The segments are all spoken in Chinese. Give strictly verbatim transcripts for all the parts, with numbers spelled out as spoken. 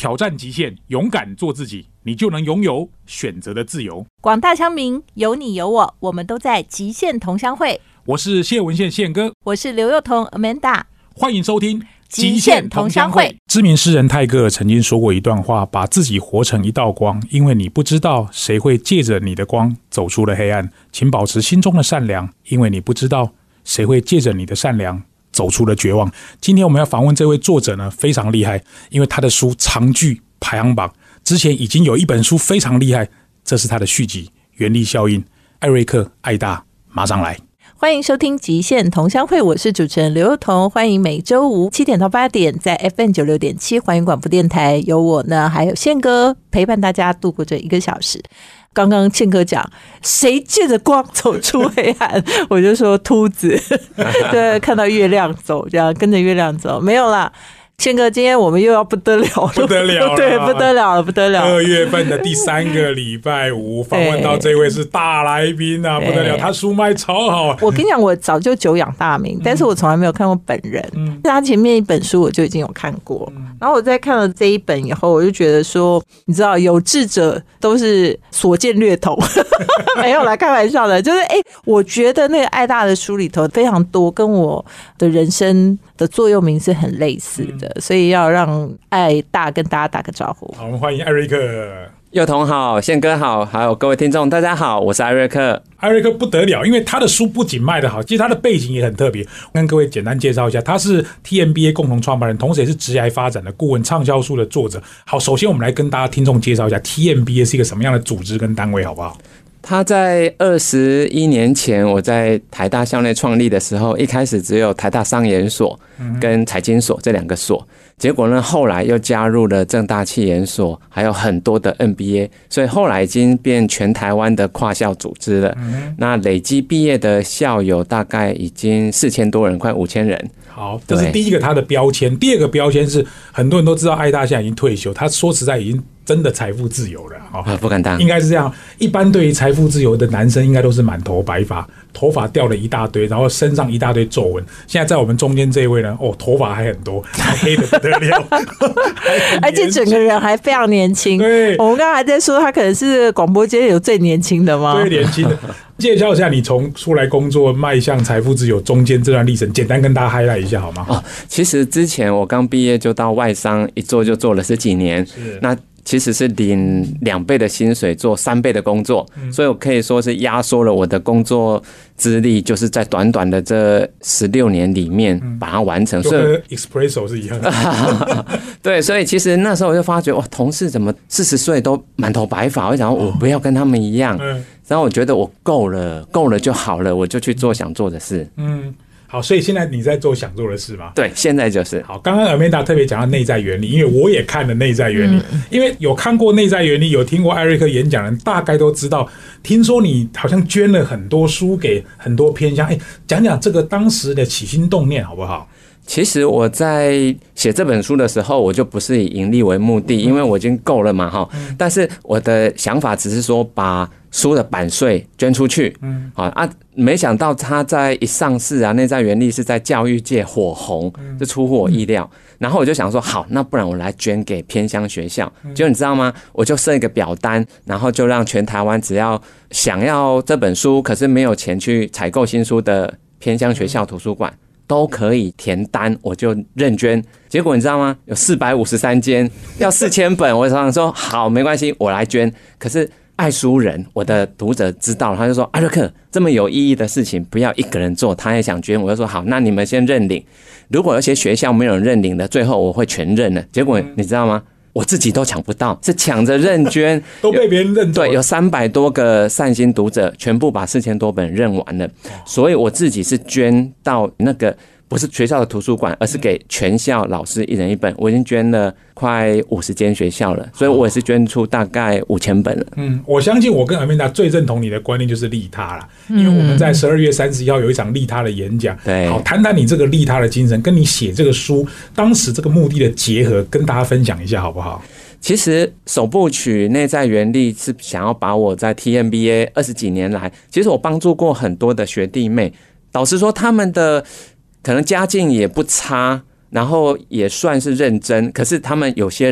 挑战极限，勇敢做自己，你就能拥有选择的自由。 广大乡民，有你有我，我们都在极限同乡会。 我是谢文宪宪哥， 我是刘幼彤 Amanda， 欢迎收听极限同乡会。 知名诗人泰戈尔曾经说过一段话，把自己活成一道光，因为你不知道谁会借着你的光走出了黑暗。请保持心中的善良，因为你不知道谁会借着你的善良走出了绝望。今天我们要访问这位作者呢，非常厉害，因为他的书长居排行榜，之前已经有一本书非常厉害，这是他的续集《原力效应》。艾瑞克·艾大马上来。 欢迎收听极限同乡会，我是主持人刘幼彤。欢迎每周五七点到八点在 F M 九十六点七环宇广播电台，有我呢，还有宪哥陪伴大家度过这一个小时。刚刚宪哥讲谁借着光走出黑暗，我就说秃子，对，看到月亮走，这样跟着月亮走，没有啦。宪哥，今天我们又要不得了了， 不得了了， 对，不得了了，不得了！ 二月份的第三个礼拜五，访问到这位是大来宾啊，不得了，他书卖超好。 我跟你讲，我早就久仰大名，但是我从来没有看过本人。嗯，他前面一本书我就已经有看过，嗯、然后我在看了这一本以后，我就觉得说，你知道，有志者都是所见略同，没有啦，开玩笑的，就是哎、欸，我觉得那个爱大的书里头非常多跟我的人生的座右铭是很类似的。嗯，所以要让爱大跟大家打个招呼。 好，我们欢迎艾瑞克。 幼彤好，宪哥好，还有各位听众大家好，我是艾瑞克。 艾瑞克不得了，因为他的书不仅卖得好，其实他的背景也很特别。跟各位简单介绍一下，他是 T M B A 共同创办人，同时也是职涯发展的顾问，畅销书的作者。好，首先我们来跟大家听众介绍一下 T M B A 是一个什么样的组织跟单位，好不好？ 他在二十一年前，我在台大校内创立的时候，一开始只有台大商研所跟财经所这两个所，结果呢，后来又加入了政大企研所，还有很多的 N B A， 所以后来已经变全台湾的跨校组织了。嗯、那累积毕业的校友大概已经四千多人，快五千人。 好，这是第一个他的标签。第二个标签是很多人都知道，爱大现在已经退休，他说实在已经真的财富自由了啊， 不敢当， 应该是这样。一般对于财富自由的男生，应该都是满头白发，头发掉了一大堆，然后身上一大堆皱纹。现在在我们中间这一位呢，哦，头发还很多，还黑的不得了， 而且整个人还非常年轻。对，我们刚刚还在说他可能是广播界有最年轻的吗？ 最年轻的。介绍一下你从出来工作迈向财富自由中间这段历程，简单跟大家 highlight 一下好吗？ 哦，其实之前我刚毕业就到外商一做就做了十几年，那其实是领两倍的薪水做三倍的工作，嗯、所以我可以说是压缩了我的工作资历，就是在短短的这十六年里面把它完成。 就跟 Espresso 是一样的。 对，所以其实那时候我就发觉，哇，同事怎么四十岁都满头白发？我想我不要跟他们一样。嗯，然后我觉得我够了，够了就好了，我就去做想做的事。 嗯。好，所以现在你在做想做的事吗？ 对，现在就是。 好，刚刚 Amanda 特别讲到内在原理，因为我也看了内在原理，嗯、因为有看过内在原理，有听过艾瑞克演讲的人，大概都知道。听说你好像捐了很多书给很多偏乡，哎，讲讲这个当时的起心动念好不好？ 其实我在写这本书的时候，我就不是以盈利为目的，因为我已经够了嘛哈。嗯、但是我的想法只是说把书的版税捐出去，嗯，好啊，没想到他在一上市啊，内在原力是在教育界火红，这出乎我意料。嗯、然后我就想说，好，那不然我来捐给偏乡学校。嗯、结果你知道吗？我就设一个表单，然后就让全台湾只要想要这本书，可是没有钱去采购新书的偏乡学校图书馆。都可以填单，我就认捐。结果你知道吗？有四百五十三间，要四千本。我常常说好，没关系，我来捐。可是爱书人，我的读者知道了，他就说：“艾瑞克，这么有意义的事情，不要一个人做。”他也想捐，我就说好，那你们先认领。如果有些学校没有人认领的，最后我会全认了。结果你知道吗？我自己都抢不到，是抢着认捐， 都被别人认走了。 对，有三百多个善心读者，全部把四千多本认完了。所以我自己是捐到那个不是学校的图书馆，而是给全校老师一人一本。我已经捐了快五十间学校了，所以我也是捐出大概五千本了。 嗯，我相信我跟Amanda最认同你的观念就是利他啦，因为我们在十二月三十一号有一场利他的演讲。 对， 好，谈谈你这个利他的精神，跟你写这个书当时这个目的的结合，跟大家分享一下好不好？ 其实首部曲内在原力是想要把我在 T M B A 二十几年来，其实我帮助过很多的学弟妹，老实说他们的可能家境也不差，然后也算是认真，可是他们有些人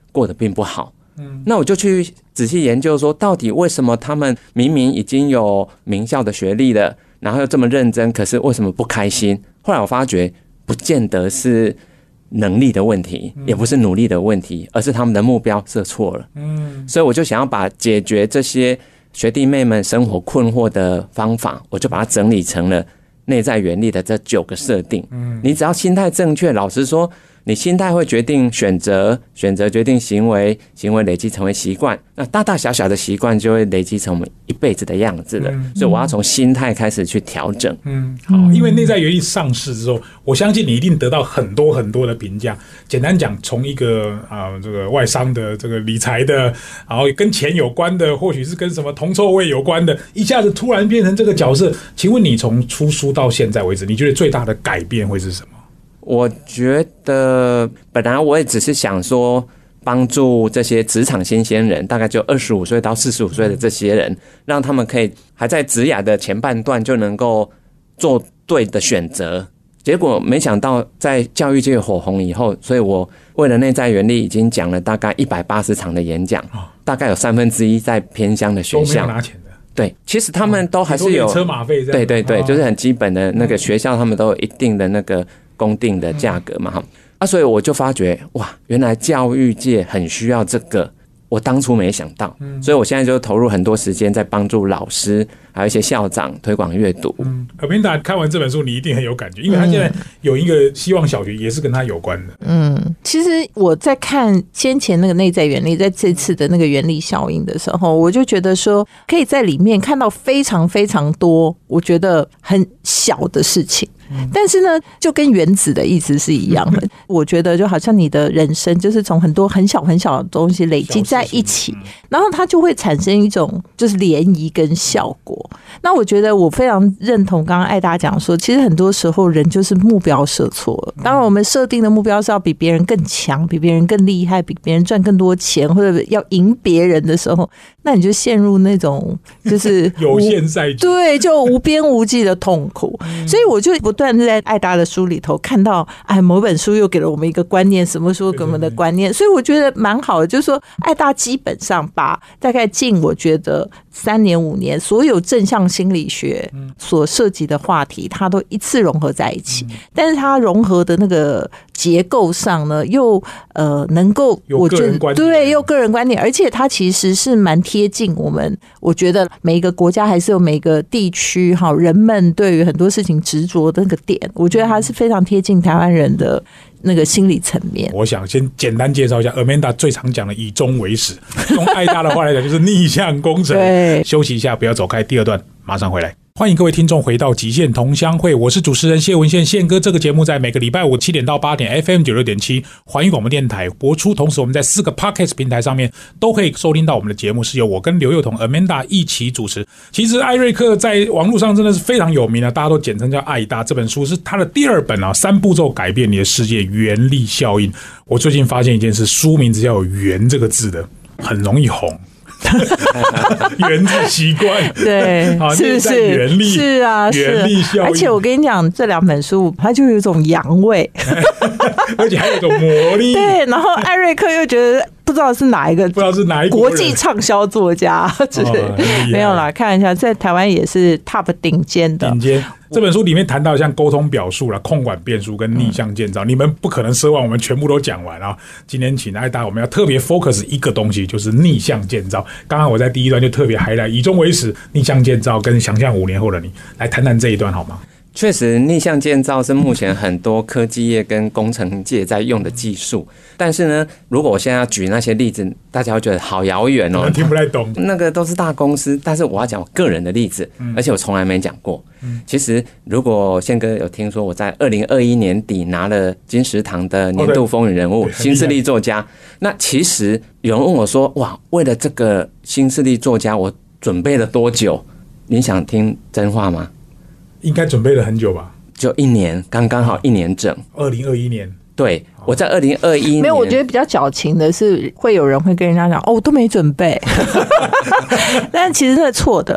过得并不好。嗯，那我就去仔细研究说，到底为什么他们明明已经有名校的学历了，然后又这么认真，可是为什么不开心？后来我发觉，不见得是能力的问题，也不是努力的问题，而是他们的目标设错了。嗯，所以我就想要把解决这些学弟妹们生活困惑的方法，我就把它整理成了内在原力的这九个设定。嗯，你只要心态正确，老实说，你心态会决定选择，选择决定行为，行为累积成为习惯，那大大小小的习惯就会累积成我们一辈子的样子了。嗯、所以我要从心态开始去调整。 嗯，好，因为内在原力上市之后，我相信你一定得到很多很多的评价。简单讲，从一个啊、呃、这个外商的这个理财的，然后跟钱有关的，或许是跟什么铜臭味有关的，一下子突然变成这个角色。请问你从出书到现在为止，你觉得最大的改变会是什么？ 我觉得本来我也只是想说帮助这些职场新鲜人，大概就二十五岁到四十五岁的这些人，让他们可以还在职涯的前半段就能够做对的选择。结果没想到在教育界火红以后，所以我为了内在原力已经讲了大概一百八十场的演讲，大概有三分之一在偏乡的学校， 都没有拿钱的。 对，其实他们都还是有车马费， 对对对，就是很基本的那个学校，他们都有一定的那个公定的价格嘛，哈、嗯、啊，所以我就发觉哇，原来教育界很需要这个，我当初没想到，嗯、所以我现在就投入很多时间在帮助老师，还有一些校长推广阅读。 嗯 Amanda 看完这本书，你一定很有感觉，因为他现在有一个希望小学也是跟他有关的。 嗯，其实我在看先前那个内在原力，在这次的那个原力效应的时候，我就觉得说，可以在里面看到非常非常多，我觉得很小的事情。但是呢，就跟原子的意思是一样的。我觉得就好像你的人生就是从很多很小很小的东西累积在一起，然后它就会产生一种就是涟漪跟效果。那我觉得我非常认同刚刚艾达讲说，其实很多时候人就是目标设错了。当然我们设定的目标是要比别人更强，比别人更厉害，比别人赚更多钱，或者要赢别人的时候，那你就陷入那种就是有限赛局， 对，就无边无际的痛苦。所以我就不断在艾达的书里头看到，哎，某本书又给了我们一个观念，什么书给我们的观念，所以我觉得蛮好的。就是说，艾达基本上把大概近我觉得三年五年所有正向心理学所涉及的话题，它都一次融合在一起。但是它融合的那个结构上呢，又呃能够我觉得对，又个人观点，而且它其实是蛮贴近我们。我觉得每一个国家还是有每个地区哈人们对于很多事情执着的那个点，我觉得它是非常贴近台湾人的那个心理层面。 我想先简单介绍一下 Amanda 最常讲的以终为始，用艾达的话来讲就是逆向工程。 对， 休息一下，不要走开，第二段马上回来。欢迎各位听众回到极限同乡会，我是主持人谢文宪宪哥。这个节目在每个礼拜五七点到八点 F M 九六点七环宇广播电台播出，同时我们在四个 Podcast 平台上面都可以收听到我们的节目，是由我跟刘幼彤 Amanda 一起主持。其实艾瑞克在网络上真的是非常有名的，大家都简称叫艾达。这本书是他的第二本啊，三步骤改变你的世界，原力效应。我最近发现一件事，书名只要有原这个字的很容易红。原子习惯， 对，是不是原力？ 是啊，是原力效应。 而且我跟你讲，这两本书它就有一种洋味， 而且还有一种魔力。 对，然后艾瑞克又觉得不知道是哪一个， 不知道是哪一国际畅销作家，就是、哦、没有啦，看一下，在台湾也是 top 顶尖的， 顶尖。这本书里面谈到像沟通表述啦、控管变数跟逆向建造、嗯、你们不可能奢望我们全部都讲完啊。今天请艾达，我们要特别 focus 一个东西，就是逆向建造。刚刚我在第一段就特别 highlight 以终为始，逆向建造跟想象五年后的你，来谈谈这一段好吗？ 确实，逆向建造是目前很多科技业跟工程界在用的技术。但是呢，如果我现在要举那些例子，大家会觉得好遥远哦， 听不太懂。 那个都是大公司，但是我要讲我个人的例子，而且我从来没讲过。其实，如果宪哥有听说我在二零二一年底拿了金石堂的年度风云人物、新势力作家，那其实有人问我说：“哇，为了这个新势力作家，我准备了多久？”你想听真话吗？ 应该准备了很久吧？ 就一年，刚刚好一年整。 二零二一年， 对，我在二零二一年。 没有，我觉得比较矫情的是，会有人会跟人家讲：“哦，我都没准备。”但其实那错的。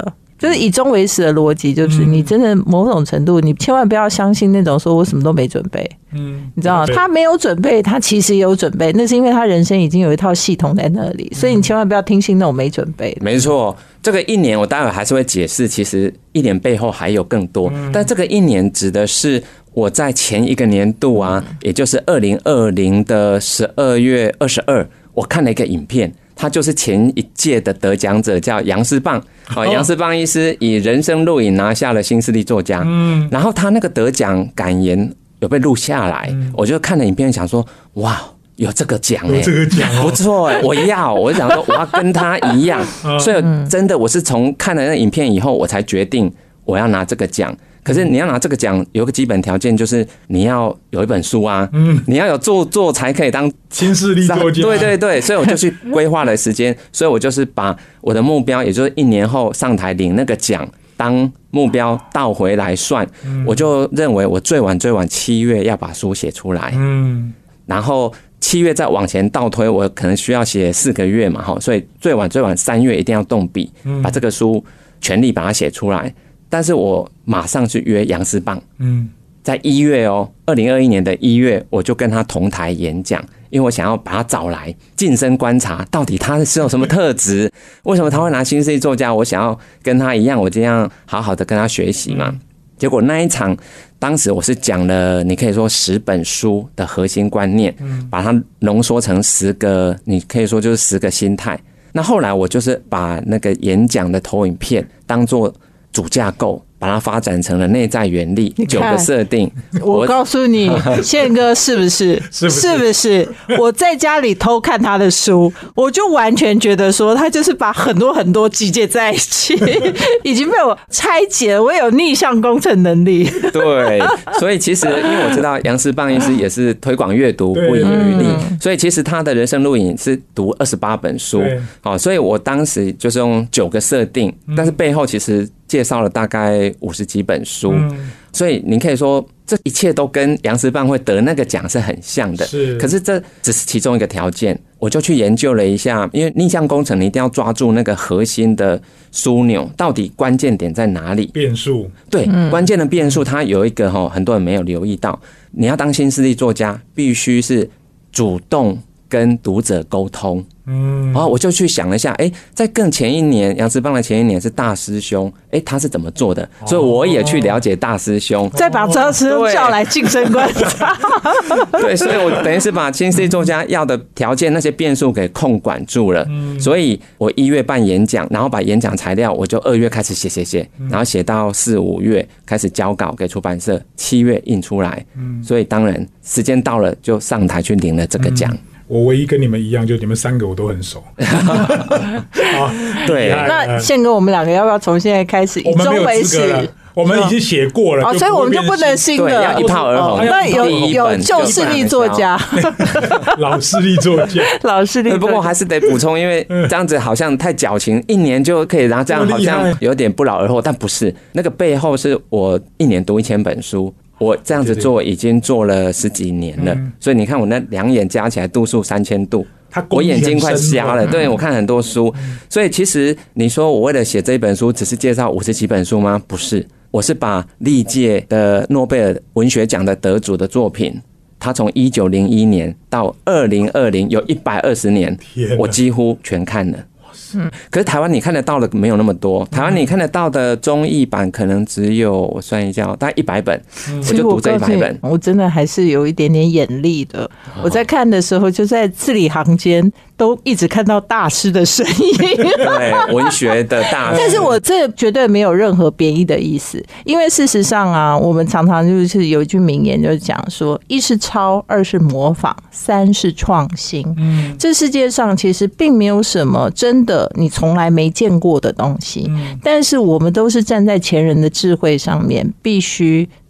就是以终为始的逻辑，就是你真的某种程度，你千万不要相信那种说我什么都没准备。嗯，你知道他没有准备，他其实也有准备，那是因为他人生已经有一套系统在那里，所以你千万不要听信那种没准备。 没错，这个一年我待会还是会解释，其实一年背后还有更多，嗯、但这个一年指的是我在前一个年度啊，也就是二零二零的十二月二十二，我看了一个影片。他就是前一届的得奖者，叫杨思棒。哦，杨思棒医师以人生录影拿下了新势力作家。嗯，然后他那个得奖感言有被录下来，嗯、我就看了影片，想说，哇，有这个奖哎， 有这个奖、哦、 不错哎，我要，我就想说我要跟他一样。所以真的，我是从看了那影片以后，我才决定我要拿这个奖。可是你要拿这个奖，有一个基本条件，就是你要有一本书啊，嗯，你要有著作才可以当新势力作家。 对对对，所以我就去规划了时间，所以我就是把我的目标，也就是一年后上台领那个奖当目标倒回来算，嗯、我就认为我最晚最晚七月要把书写出来，嗯，然后七月再往前倒推，我可能需要写四个月嘛，哈，所以最晚最晚三月一定要动笔，把这个书全力把它写出来。但是我马上去约杨思棒，嗯，在一月哦，二零二一年的一月，我就跟他同台演讲，因为我想要把他找来近身观察，到底他是有什么特质，为什么他会拿新势力作家，我想要跟他一样，我这样好好的跟他学习嘛。结果那一场，当时我是讲了，你可以说十本书的核心观念，把它浓缩成十个，你可以说就是十个心态。那后来我就是把那个演讲的投影片当作主架构，把它发展成了内在原理九个设定。 我, 我告诉你，宪哥是不是？ 是不是？ 是不是？我在家里偷看他的书，我就完全觉得说，他就是把很多很多集结在一起，已经被我拆解了。我有逆向工程能力。对， 所以其实因为我知道杨思棒医师也是推广阅读不遗余力，所以其实他的人生录影是读二十八本书。好，所以我当时就是用九个设定，但是背后其实介绍了大概五十几本书，嗯、所以你可以说这一切都跟杨思棒会得那个奖是很像的。是，可是这只是其中一个条件。我就去研究了一下，因为逆向工程你一定要抓住那个核心的枢纽，到底关键点在哪里？变数。对，嗯、关键的变数它有一个哈，很多人没有留意到。你要当新势力作家，必须是主动跟读者沟通。嗯，然后我就去想了一下，哎、欸，在更前一年，杨思棒的前一年是大师兄，哎、欸，他是怎么做的？所以我也去了解大师兄， 再把大师兄叫来晋升观察。 对，所以我等于是把新势力作家要的条件那些变数给控管住了。嗯，所以我一月办演讲，然后把演讲材料我就二月开始写写写，然后写到四五月开始交稿给出版社，七月印出来。嗯，所以当然时间到了就上台去领了这个奖。嗯， 我唯一跟你们一样，就你们三个我都很熟。 好，对。 那宪哥，我们两个要不要从现在开始以终为始？ 我们已经写过了， 哦，所以我们就不能新的， 要一炮而红。 那有有旧势力作家， 老势力作家， 老势力。 不过还是得补充，因为这样子好像太矫情，一年就可以，然后这样好像有点不劳而获，但不是。那个背后是我一年读一千本书。我这样子做已经做了十几年了，嗯、所以你看我那两眼加起来度数三千度，我眼睛快瞎了。对，我看很多书，所以其实你说我为了写这本书，只是介绍五十几本书吗？不是，我是把历届的诺贝尔文学奖的得主的作品，他从一九零一年到二零二零有一百二十年，我几乎全看了。嗯，可是台湾你看得到的没有那么多，台湾你看得到的中译版可能只有我算一下，大概一百本，嗯、我就读这一百本。 我真的还是有一点点眼力的。哦、我在看的时候，就在字里行间都一直看到大师的身影， 对，文学的大师。 但是我这绝对没有任何贬义的意思，因为事实上啊，我们常常就是有一句名言，就是讲说：一是抄，二是模仿，三是创新。嗯，这世界上其实并没有什么真的你从来没见过的东西，嗯、但是我们都是站在前人的智慧上面，必须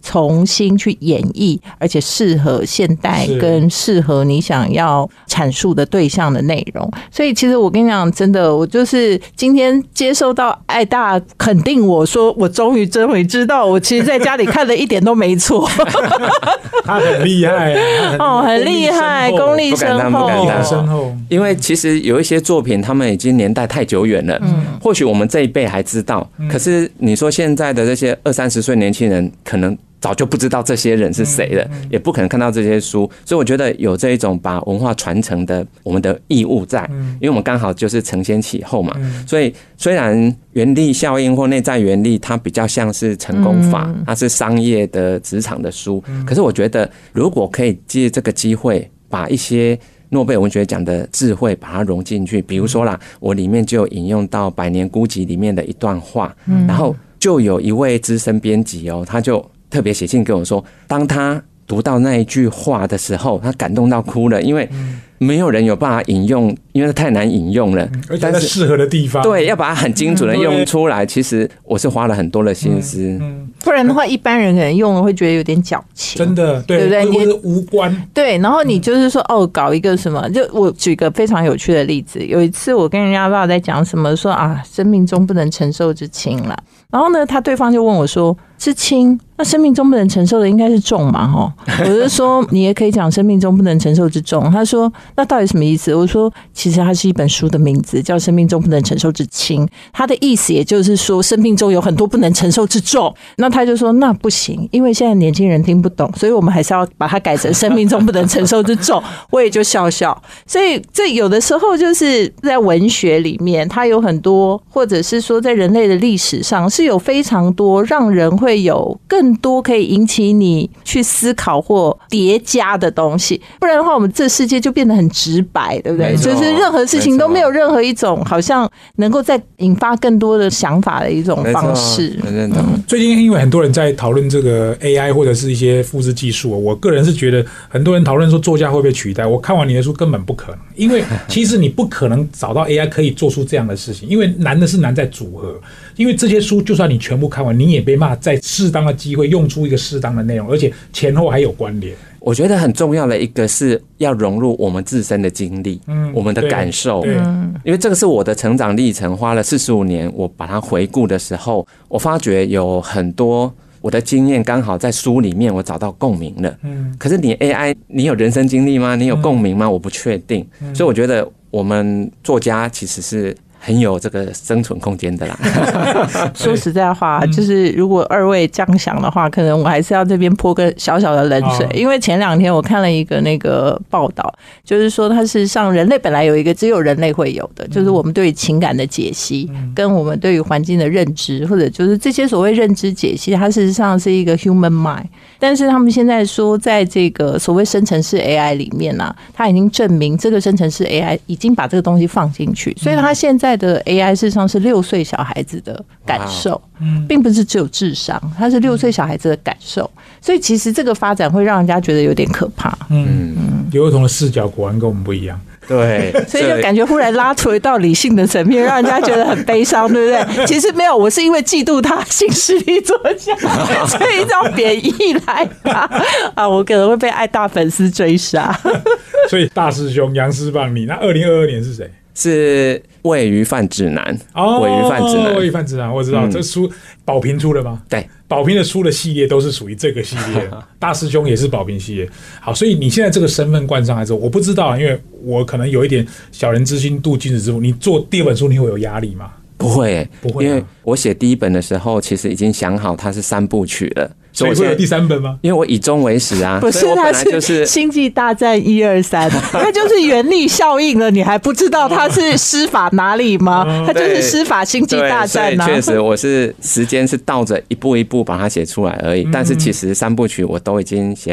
重新去演绎，而且适合现代跟适合你想要阐述的对象的内容。所以其实我跟你讲，真的，我就是今天接受到爱大肯定我说，我终于终于知道，我其实在家里看的一点都没错。 他很厉害、啊， 哦，很厉害，功力深厚， 功力很深厚。 因为其实有一些作品，他们已经年代太久远了，嗯，或许我们这一辈还知道，嗯、可是你说现在的这些二三十岁年轻人，可能早就不知道这些人是谁了，也不可能看到这些书，所以我觉得有这一种把文化传承的我们的义务在，因为我们刚好就是承先启后嘛，所以虽然原力效应或内在原力它比较像是成功法，它是商业的职场的书，可是我觉得如果可以借这个机会把一些诺贝尔文学奖的智慧把它融进去，比如说啦，我里面就有引用到《百年孤寂》里面的一段话，然后就有一位资深编辑哦，他就特别写信跟我说，当他读到那一句话的时候，他感动到哭了，因为没有人有办法引用，因为太难引用了， 而且在适合的地方， 对，要把它很精准的用出来。其实我是花了很多的心思，嗯嗯、不然的话，一般人可能用了会觉得有点矫情， 真的，对， 对不对？ 或者无关。 对，然后你就是说，哦，搞一个什么？就我举个非常有趣的例子，有一次我跟人家不知道在讲什么，说啊，生命中不能承受之轻啦。然后呢，他对方就问我说：“是轻，那生命中不能承受的应该是重嘛？”哈，我就说你也可以讲生命中不能承受之重。他说：“那到底什么意思？”我说：“其实它是一本书的名字，叫《生命中不能承受之轻》。它的意思也就是说，生命中有很多不能承受之重。”那他就说：“那不行，因为现在年轻人听不懂，所以我们还是要把它改成生命中不能承受之重。”我也就笑笑。所以这有的时候就是在文学里面，它有很多，或者是说在人类的历史上是有非常多让人会有更多可以引起你去思考或叠加的东西，不然的话我们这世界就变得很直白，对不对？就是任何事情都没有任何一种好像能够再引发更多的想法的一种方式。 嗯、最近因为很多人在讨论这个 A I 或者是一些复制技术，我个人是觉得很多人讨论说作家会被取代，我看完你的书根本不可能，因为其实你不可能找到 A I 可以做出这样的事情，因为难的是难在组合，因为这些书就算你全部看完，你也没办法在适当的机会用出一个适当的内容，而且前后还有关联。 我觉得很重要的一个是要融入我们自身的经历，嗯，我们的感受，嗯，因为这个是我的成长历程，花了四十五年，我把它回顾的时候，我发觉有很多我的经验刚好在书里面我找到共鸣了，嗯，可是你 A I 你有人生经历吗？你有共鸣吗？我不确定，嗯，所以我觉得我们作家其实是很有这个生存空间的啦。 说实在话，就是如果二位这样想的话，可能我还是要这边泼个小小的冷水，因为前两天我看了一个那个报道，就是说它事实上人类本来有一个只有人类会有的，就是我们对于情感的解析，跟我们对于环境的认知，或者就是这些所谓认知解析，它事实上是一个 human mind。但是他们现在说，在这个所谓生成式 A I 里面啊，它已经证明这个生成式 A I 已经把这个东西放进去，所以它现在的 A I 事实上是六岁小孩子的感受，并不是只有智商，它是六岁小孩子的感受，所以其实这个发展会让人家觉得有点可怕。嗯嗯，刘幼彤的视角果然跟我们不一样。 对， 所以就感觉忽然拉回到理性的层面，让人家觉得很悲伤，对不对？其实没有，我是因为嫉妒他新势力作家，所以这样贬义来他啊，我可能会被爱大粉丝追杀。 所以大师兄杨思棒，你那二零二二年是谁？ 是鲔鱼饭指南哦， 鲔鱼饭指南， 鲔鱼饭指南，我知道、嗯、这书宝瓶出了吗？ 对， 宝瓶的书的系列都是属于这个系列，大师兄也是宝瓶系列。好，所以你现在这个身份冠上来之后，我不知道，因为我可能有一点小人之心度君子之腹。你做第二本书，你会有压力吗？ 不会、欸， 不会、啊， 因为我写第一本的时候，其实已经想好它是三部曲了。 所以会有第三本吗？ 因为我以终为始啊， 不是，它是星际大战一二三，它就是原力效应了，你还不知道它是施法哪里吗？它就是施法星际大战啊。 确实，我是时间是倒着一步一步把它写出来而已，嗯、但是其实三部曲我都已经写好了。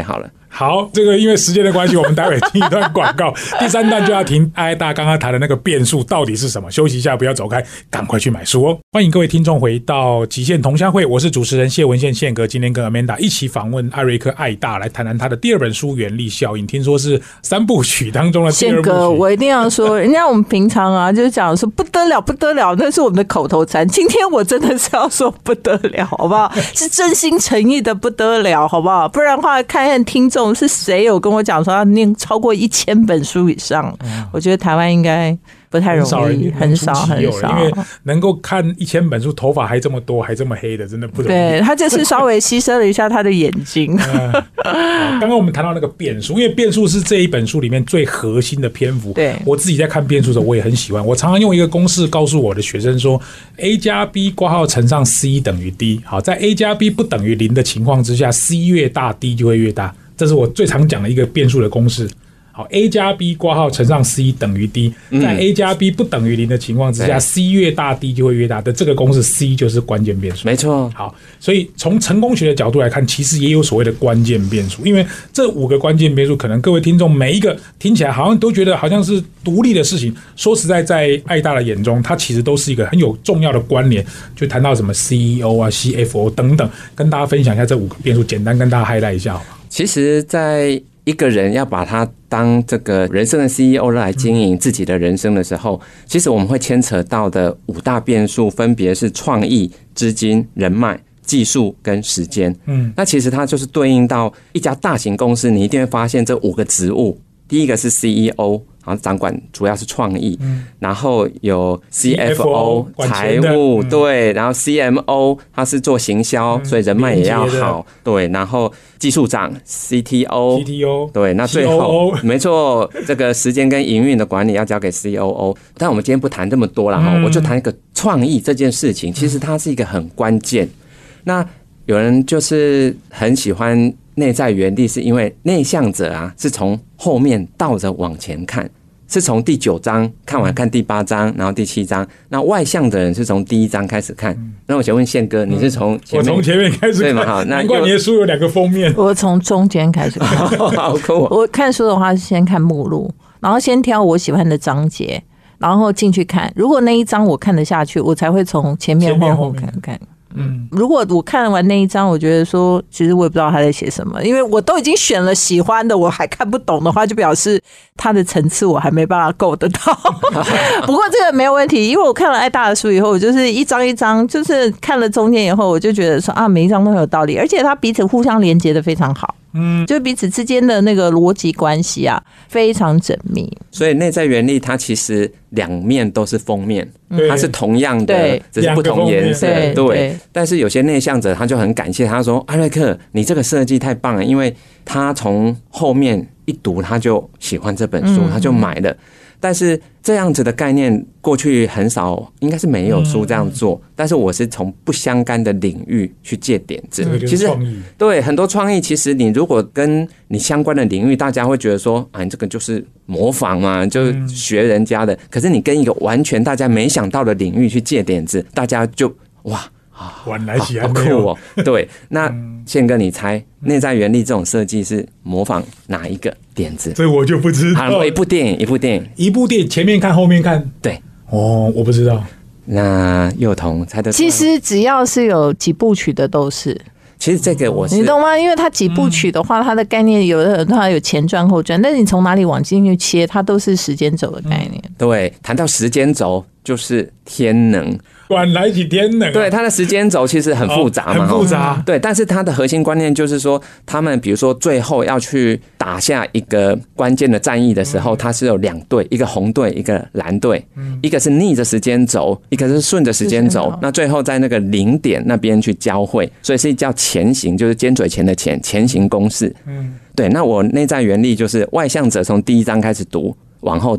好，这个因为时间的关系，我们待会听一段广告，第三段就要听艾大刚刚谈的那个变数到底是什么。休息一下，不要走开，赶快去买书哦！欢迎各位听众回到极限同乡会，我是主持人谢文宪宪哥，今天跟 Amanda 一起访问艾瑞克艾大，来谈谈他的第二本书《原力效应》，听说是三部曲当中的第二部曲。宪哥， 我一定要说，人家我们平常啊，就是讲说不得了，不得了，那是我们的口头禅。今天我真的是要说不得了，好不好？是真心诚意的不得了，好不好？不然的话，看看听众是谁有跟我讲说要念超过一千本书以上，嗯、我觉得台湾应该不太容易，很少很少， 因为能够看一千本书，头发还这么多，还这么黑的，真的不容易。 对，他就是稍微牺牲了一下他的眼睛。 嗯、刚刚我们谈到那个变数，因为变数是这一本书里面最核心的篇幅。 对， 我自己在看变数的时候，我也很喜欢。我常常用一个公式告诉我的学生说 ：A 加 B 括号乘上 C 等于 D。好，在 A 加 B 不等于零的情况之下 ，C 越大 ，D 就会越大。这是我最常讲的一个变数的公式。好 ，A 加 B 括号乘上 C 等于 D， 在 A 加 B 不等于零的情况之下、嗯、，C 越大 ，D 就会越大的这个公式 ，C 就是关键变数。 没错。 好，所以从成功学的角度来看，其实也有所谓的关键变数，因为这五个关键变数，可能各位听众每一个听起来好像都觉得好像是独立的事情。说实在，在艾大的眼中，它其实都是一个很有重要的关联。就谈到什么 C E O 啊、C F O 等等，跟大家分享一下这五个变数，简单跟大家 highlight 一下好吗？ 其实，在一个人要把他当这个人生的 C E O 来经营自己的人生的时候，其实我们会牵扯到的五大变数分别是创意、资金、人脉、技术跟时间。嗯，那其实它就是对应到一家大型公司，你一定会发现这五个职务。第一个是 C E O， 好像掌管主要是创意，嗯、然后有 C F O 财务、嗯，对，然后 C M O 他是做行销，嗯、所以人脉也要好，对，然后技术长 C T O， 对，那最后 C O O 没错，这个时间跟营运的管理要交给 C O O。但我们今天不谈这么多了哈、嗯，我就谈一个创意这件事情，其实它是一个很关键。那有人就是很喜欢内在原力，是因为内向者啊是从后面倒着往前看，是从第九章看完看第八章，然后第七章。那外向的人是从第一章开始看。那我想问宪哥，你是从前面？ 我从前面开始看， 对吗？好，那难怪你的书有两个封面。 我从中间开始看。 好酷！ 我看书的话是先看目录，然后先挑我喜欢的章节，然后进去看。如果那一章我看得下去，我才会从前面往后看看。嗯，如果我看完那一章，我觉得说，其实我也不知道他在写什么，因为我都已经选了喜欢的，我还看不懂的话，就表示他的层次我还没办法够得到。不过这个没有问题，因为我看了艾大的书以后，我就是一章一章，就是看了中间以后，我就觉得说啊，每一章都很有道理，而且它彼此互相连接的非常好。嗯，就彼此之间的那个逻辑关系啊，非常缜密。 所以内在原力它其实两面都是封面，它是同样的，只是不同颜色。对，对。但是有些内向者他就很感谢，他说：“艾瑞克，你这个设计太棒了，因为他从后面一读他就喜欢这本书，他就买了。”但是这样子的概念过去很少，应该是没有书这样做。嗯、但是我是从不相干的领域去借点子。 这个就是创意。 对，很多创意，其实你如果跟你相关的领域，大家会觉得说，啊，你这个就是模仿嘛，就学人家的。嗯、可是你跟一个完全大家没想到的领域去借点子，大家就哇。 晚来起来好酷哦！对，那宪哥，你猜内在原力这种设计是模仿哪一个点子？ 这我就不知道。 好，一部电影，一部电影， 一部电影，前面看后面看。 对， 哦，我不知道。 那幼童猜得出？ 其实只要是有几部曲的都是。 其实这个我是你懂吗？因为它几部曲的话，它的概念有的它有前传后传，但是你从哪里往进去切，它都是时间轴的概念。 嗯、对，谈到时间轴就是天能。 晚来几天能、啊？ 对，它的时间轴其实很复杂嘛， 哦、很复杂。 对，但是它的核心观念就是说，他们比如说最后要去打下一个关键的战役的时候，嗯、它是有两队，一个红队，一个蓝队，嗯、一个是逆着时间轴，一个是顺着时间轴。那最后在那个零点那边去交汇，所以是叫前行，就是尖嘴钳的钳，前行公式。嗯，对。那我内在原力就是外向者从第一章开始读。往后读，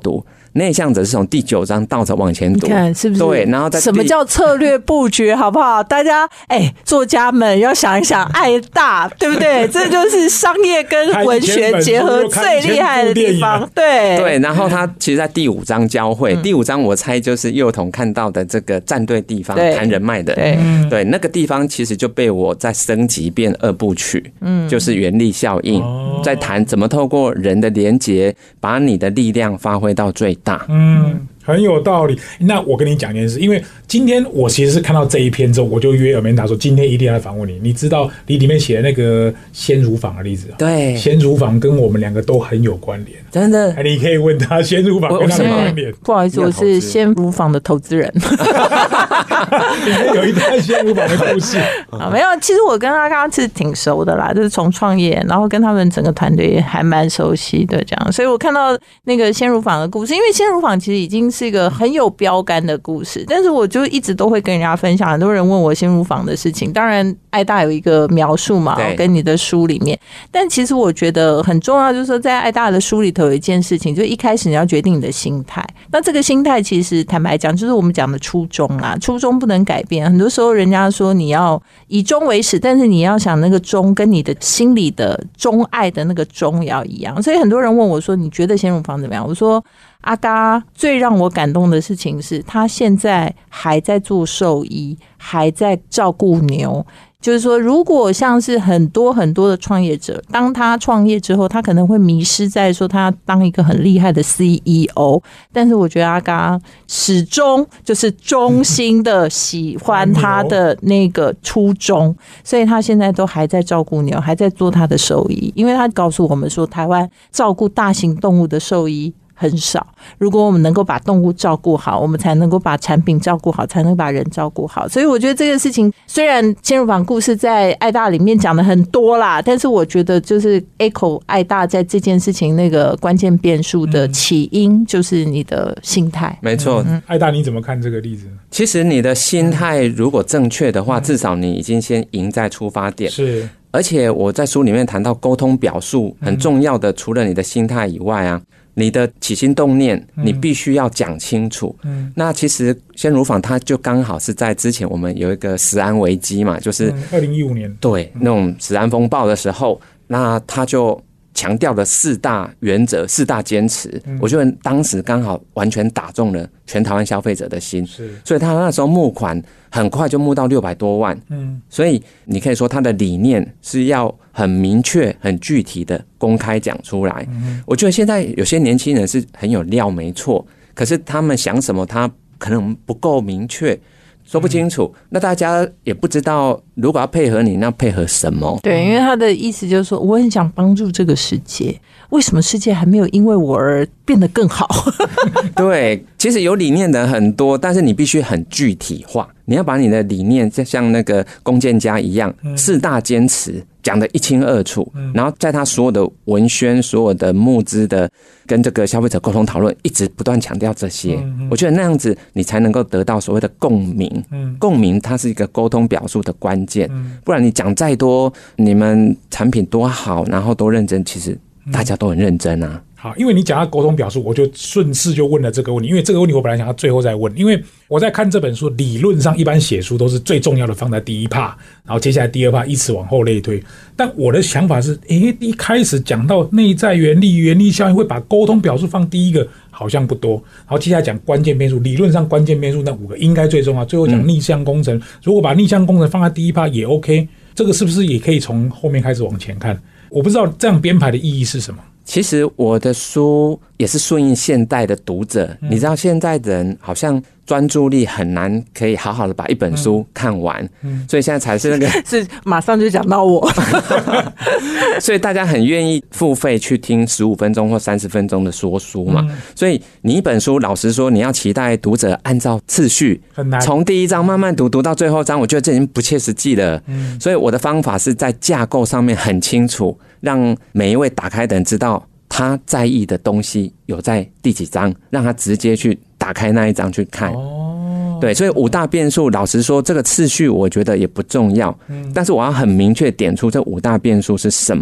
内向者是从第九章倒着往前读， 你看是不是？ 对，然后在什么叫策略布局，好不好？大家哎，作家们要想一想，爱大对不对？这就是商业跟文学结合最厉害的地方。对对，然后他其实在第五章交汇，嗯、第五章我猜就是幼童看到的这个站对地方谈人脉的， 对对，那个地方其实就被我再升级变二部曲，嗯，就是原力效应，哦、在谈怎么透过人的连结，把你的力量发挥到最大， 嗯。很有道理。那我跟你讲一件事，因为今天我其实是看到这一篇之后，我就约Amanda说，今天一定要来访问你。你知道你里面写的那个鲜乳坊的例子， 对， 鲜乳坊跟我们两个都很有关联， 真的。 你可以问他鲜乳坊跟他的关联。 不好意思，我是鲜乳坊的投资人。 里面有一段鲜乳坊的故事啊，没有。其实我跟他刚刚是挺熟的啦，就是从创业，然后跟他们整个团队还蛮熟悉的，这样。所以我看到那个鲜乳坊的故事，因为鲜乳坊其实已经是一个很有标杆的故事，但是我就一直都会跟人家分享，很多人问我鲜乳坊的事情，当然爱大有一个描述嘛，跟你的书里面，但其实我觉得很重要，就是说在爱大的书里头有一件事情，就一开始你要决定你的心态，那这个心态其实坦白讲就是我们讲的初衷啊，初衷不能改变，很多时候人家说你要以终为始，但是你要想那个终跟你的心里的钟爱的那个钟要一样，所以很多人问我说你觉得鲜乳坊怎么样，我说阿嘎最让我感动的事情是他现在还在做兽医，还在照顾牛，就是说如果像是很多很多的创业者，当他创业之后他可能会迷失在说他当一个很厉害的 C E O， 但是我觉得阿嘎始终就是衷心的喜欢他的那个初衷，所以他现在都还在照顾牛，还在做他的兽医，因为他告诉我们说台湾照顾大型动物的兽医很少，如果我们能够把动物照顾好，我们才能够把产品照顾好，才能把人照顾好。所以我觉得这个事情虽然鲜乳坊故事在爱大里面讲的很多啦，但是我觉得就是 echo 爱大在这件事情那个关键变数的起因就是你的心态。 没错、 嗯、爱大你怎么看这个例子？ 其实你的心态如果正确的话、嗯、至少你已经先赢在出发点。 是， 而且我在书里面谈到沟通表述很重要的，除了你的心态以外啊，你的起心动念你必须要讲清楚、嗯、那其实鲜乳坊它就刚好是在之前我们有一个食安危机嘛，就是二零一五年对那种食安风暴的时候，那他就强调了四大原则四大坚持、嗯、我觉得当时刚好完全打中了全台湾消费者的心，是，所以他那时候募款很快就募到六百多万，嗯，所以你可以说他的理念是要很明确很具体的公开讲出来、嗯、我觉得现在有些年轻人是很有料没错，可是他们想什么他可能不够明确，说不清楚、嗯、那大家也不知道如果要配合你那配合什么。 对，因为他的意思就是说我很想帮助这个世界，为什么世界还没有因为我而变得更好？ 对，其实有理念的很多，但是你必须很具体化，你要把你的理念像那个龚建家一样、嗯、四大坚持讲得一清二楚、嗯、然后在他所有的文宣所有的募资的跟这个消费者沟通讨论一直不断强调这些、嗯、我觉得那样子你才能够得到所谓的共鸣、嗯、共鸣它是一个沟通表述的关键、嗯、不然你讲再多你们产品多好然后多认真，其实大家都很认真啊。 好，因为你讲到沟通表述，我就顺势就问了这个问题，因为这个问题我本来想要最后再问，因为我在看这本书，理论上一般写书都是最重要的放在第一 part， 然后接下来第二 part 依此往后类推，但我的想法是，诶，一开始讲到内在原力、原力效应，会把沟通表述放第一个，好像不多，然后接下来讲关键变数，理论上关键变数那五个应该最重要，最后讲逆向工程、嗯、如果把逆向工程放在第一 part 也 OK， 这个是不是也可以从后面开始往前看？我不知道这样编排的意义是什么。 其实我的书也是顺应现代的读者、嗯、你知道现在人好像专注力很难可以好好的把一本书看完、嗯、所以现在才是那个是马上就讲到我所以大家很愿意付费去听十五分钟或三十分钟的说书嘛、嗯、所以你一本书老实说你要期待读者按照次序很难，从第一章慢慢读读到最后章，我觉得这已经不切实际了、嗯、所以我的方法是在架构上面很清楚，让每一位打开的人知道他在意的东西有在第几章，让他直接去打开那一章去看、哦、对，所以五大变数老实说这个次序我觉得也不重要、嗯、但是我要很明确点出这五大变数是什么，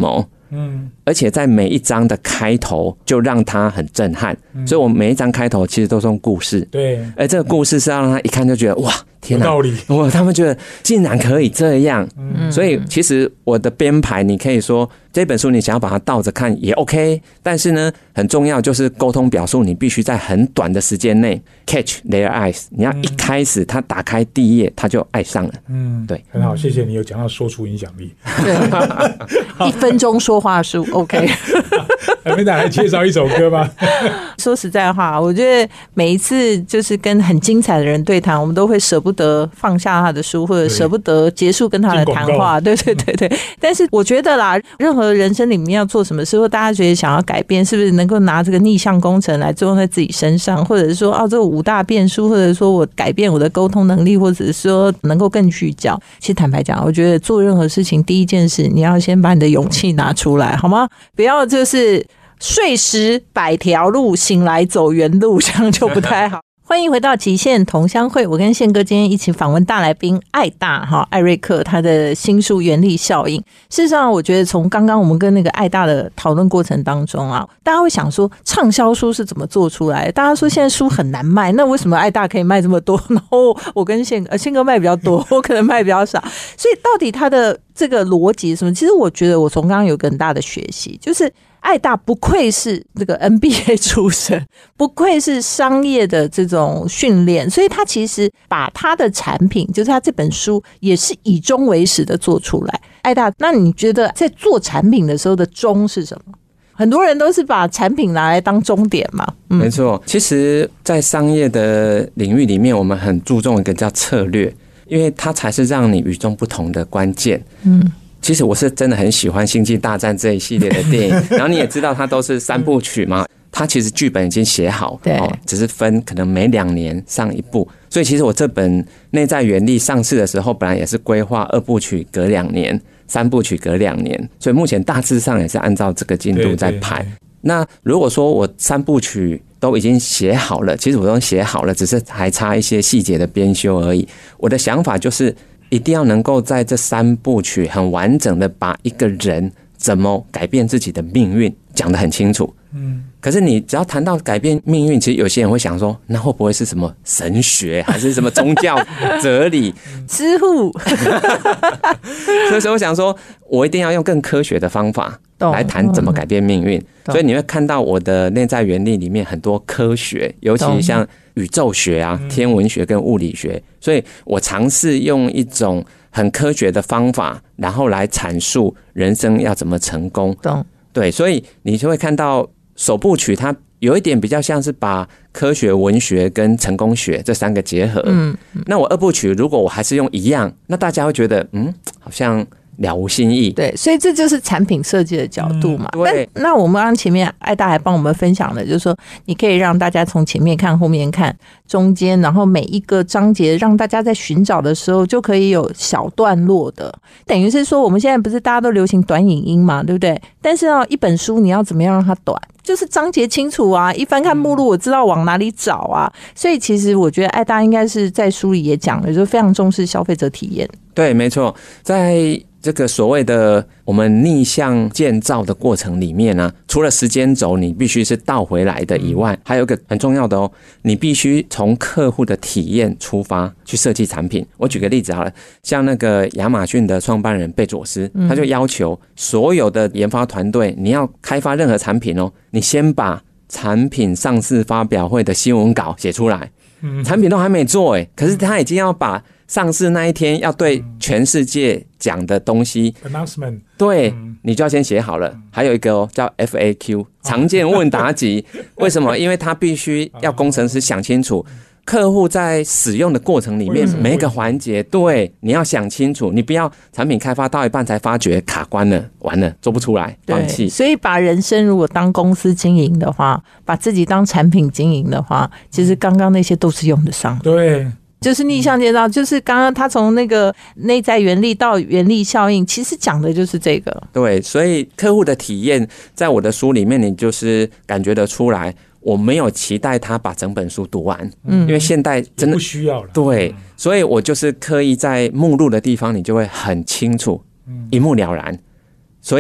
嗯，而且在每一章的开头就让他很震撼，嗯、所以我每一章开头其实都是用故事， 对， 而这个故事是要让他一看就觉得哇，天哪， 有道理， 哇，他们觉得竟然可以这样，嗯，所以其实我的编排，你可以说这本书你想要把它倒着看也 OK， 但是呢，很重要就是沟通表述，你必须在很短的时间内 catch their eyes， 你要一开始他打开第一页他就爱上了，嗯，对， 很好，谢谢你有讲到说出影响力， 对，一分钟说话术 OK。 还没打来介绍一首歌吗？ 说实在话，我觉得每一次就是跟很精彩的人对谈，我们都会舍不得放下他的书，或者舍不得结束跟他的谈话。对对对对。但是我觉得啦，任何人生里面要做什么事，或大家觉得想要改变，是不是能够拿这个逆向工程来作用在自己身上，或者是说，哦，这个五大变数，或者说我改变我的沟通能力，或者是说能够更聚焦。其实坦白讲，我觉得做任何事情，第一件事你要先把你的勇气拿出来，好吗？不要就是睡时百条路，醒来走原路，这样就不太好。欢迎回到极限同乡会，我跟宪哥今天一起访问大来宾艾大哈艾瑞克，他的新书《原力效应》。事实上，我觉得从刚刚我们跟那个艾大的讨论过程当中啊，大家会想说畅销书是怎么做出来的？大家说现在书很难卖，那为什么艾大可以卖这么多？然后我跟宪哥，宪哥卖比较多，我可能卖比较少。所以到底他的这个逻辑是什么？其实我觉得我从刚刚有个很大的学习，就是艾大不愧是这个 N B A 出身，不愧是商业的这种训练，所以他其实把他的产品，就是他这本书也是以终为始的做出来。艾大，那你觉得在做产品的时候的终是什么？很多人都是把产品拿来当终点嘛。嗯、 没错，其实在商业的领域里面，我们很注重一个叫策略，因为它才是让你与众不同的关键。嗯。其实我是真的很喜欢《星际大战》这一系列的电影，然后你也知道它都是三部曲嘛，它其实剧本已经写好， 对、哦， 只是分可能每两年上一部。所以其实我这本《内在原力》上市的时候，本来也是规划二部曲隔两年，三部曲隔两年，所以目前大致上也是按照这个进度在排。那如果说我三部曲都已经写好了，其实我都写好了，只是还差一些细节的编修而已。我的想法就是一定要能够在这三部曲很完整的把一个人怎么改变自己的命运讲得很清楚。嗯，可是你只要谈到改变命运，其实有些人会想说，那会不会是什么神学，还是什么宗教哲理？ 师父。 所以说我想说，我一定要用更科学的方法来谈怎么改变命运。所以你会看到我的内在原力里面很多科学，尤其像宇宙学啊、天文学跟物理学，所以我尝试用一种很科学的方法，然后来阐述人生要怎么成功。对，所以你就会看到首部曲它有一点比较像是把科学、文学跟成功学这三个结合。嗯，那我二部曲如果我还是用一样，那大家会觉得嗯，好像了无新意。 对，所以这就是产品设计的角度嘛。 嗯、对。 那我们刚刚前面艾大还帮我们分享的，就是说你可以让大家从前面看、后面看、中间，然后每一个章节让大家在寻找的时候就可以有小段落的。等于是说，我们现在不是大家都流行短影音嘛，对不对？但是呢，一本书你要怎么样让它短？就是章节清楚啊，一翻看目录，我知道往哪里找啊。所以其实我觉得艾大应该是在书里也讲了，就是非常重视消费者体验。 对，没错，在这个所谓的我们逆向建造的过程里面呢、啊，除了时间轴你必须是倒回来的以外，还有一个很重要的哦，你必须从客户的体验出发去设计产品。我举个例子好了，像那个亚马逊的创办人贝佐斯，他就要求所有的研发团队，你要开发任何产品哦，你先把产品上市发表会的新闻稿写出来。产品都还没做诶，可是他已经要把上市那一天要对全世界讲的东西 announcement， 对，你就要先写好了。还有一个、哦、叫 F A Q 常见问答集，为什么？因为他必须要工程师想清楚客户在使用的过程里面每一个环节，对，你要想清楚，你不要产品开发到一半才发觉卡关了，完了做不出来，放弃。 所以把人生如果当公司经营的话，把自己当产品经营的话，其实刚刚那些都是用得上。 对。 就是逆向建造，就是刚刚他从那个内在原力到原力效应，其实讲的就是这个。 对，所以客户的体验，在我的书里面，你就是感觉得出来。我没有期待他把整本书读完，嗯，因为现代真的不需要了。 对，所以我就是刻意在目录的地方，你就会很清楚，一目了然。所以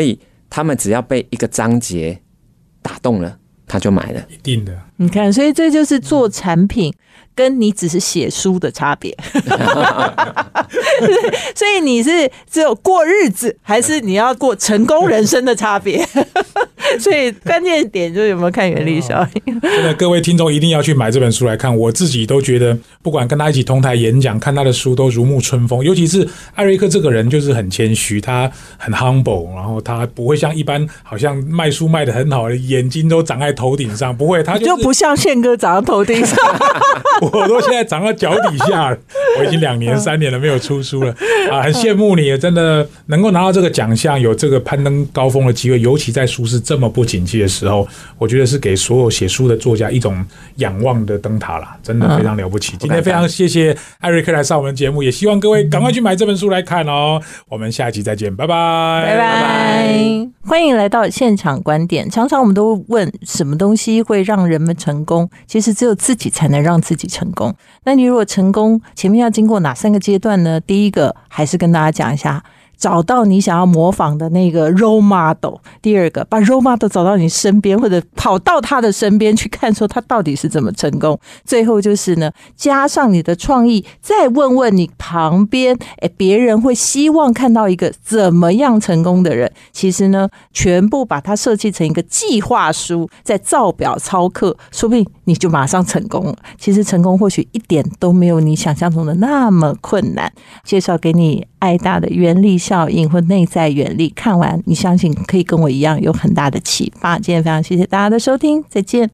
他们只要被一个章节打动了，他就买了。 一定的。 你看，所以这就是做产品跟你只是写书的差别。所以你是只有过日子，还是你要过成功人生的差别？所以关键点就是有没有看原力效应。 真的，各位听众一定要去买这本书来看。我自己都觉得，不管跟他一起同台演讲，看他的书都如沐春风。尤其是艾瑞克这个人，就是很谦虚，他很 humble， 然后他不会像一般好像卖书卖得很好，眼睛都长在头顶上，不会，他就是、 就不像宪哥长在头顶上。 我都现在长到脚底下了，我已经两年三年了没有出书了啊，很羡慕你，真的能够拿到这个奖项，有这个攀登高峰的机会，尤其在书市这么不景气的时候，我觉得是给所有写书的作家一种仰望的灯塔啦，真的非常了不起。嗯、今天非常谢谢艾瑞克来上我们节目，也希望各位赶快去买这本书来看哦。我们下期再见，拜拜， 拜拜，欢迎来到现场观点。常常我们都问什么东西会让人们成功，其实只有自己才能让自己成功。那你如果成功，前面要经过哪三个阶段呢？第一个还是跟大家讲一下，找到你想要模仿的那个 role model。第二个，把 role model 找到你身边，或者跑到他的身边去看说他到底是怎么成功。最后就是呢，加上你的创意，再问问你旁边诶别人会希望看到一个怎么样成功的人。其实呢，全部把它设计成一个计划书，再照表操课，说不定你就马上成功了。其实成功或许一点都没有你想象中的那么困难。介绍给你爱大的原力效应或内在原力，看完你相信可以跟我一样有很大的启发。今天非常谢谢大家的收听，再见。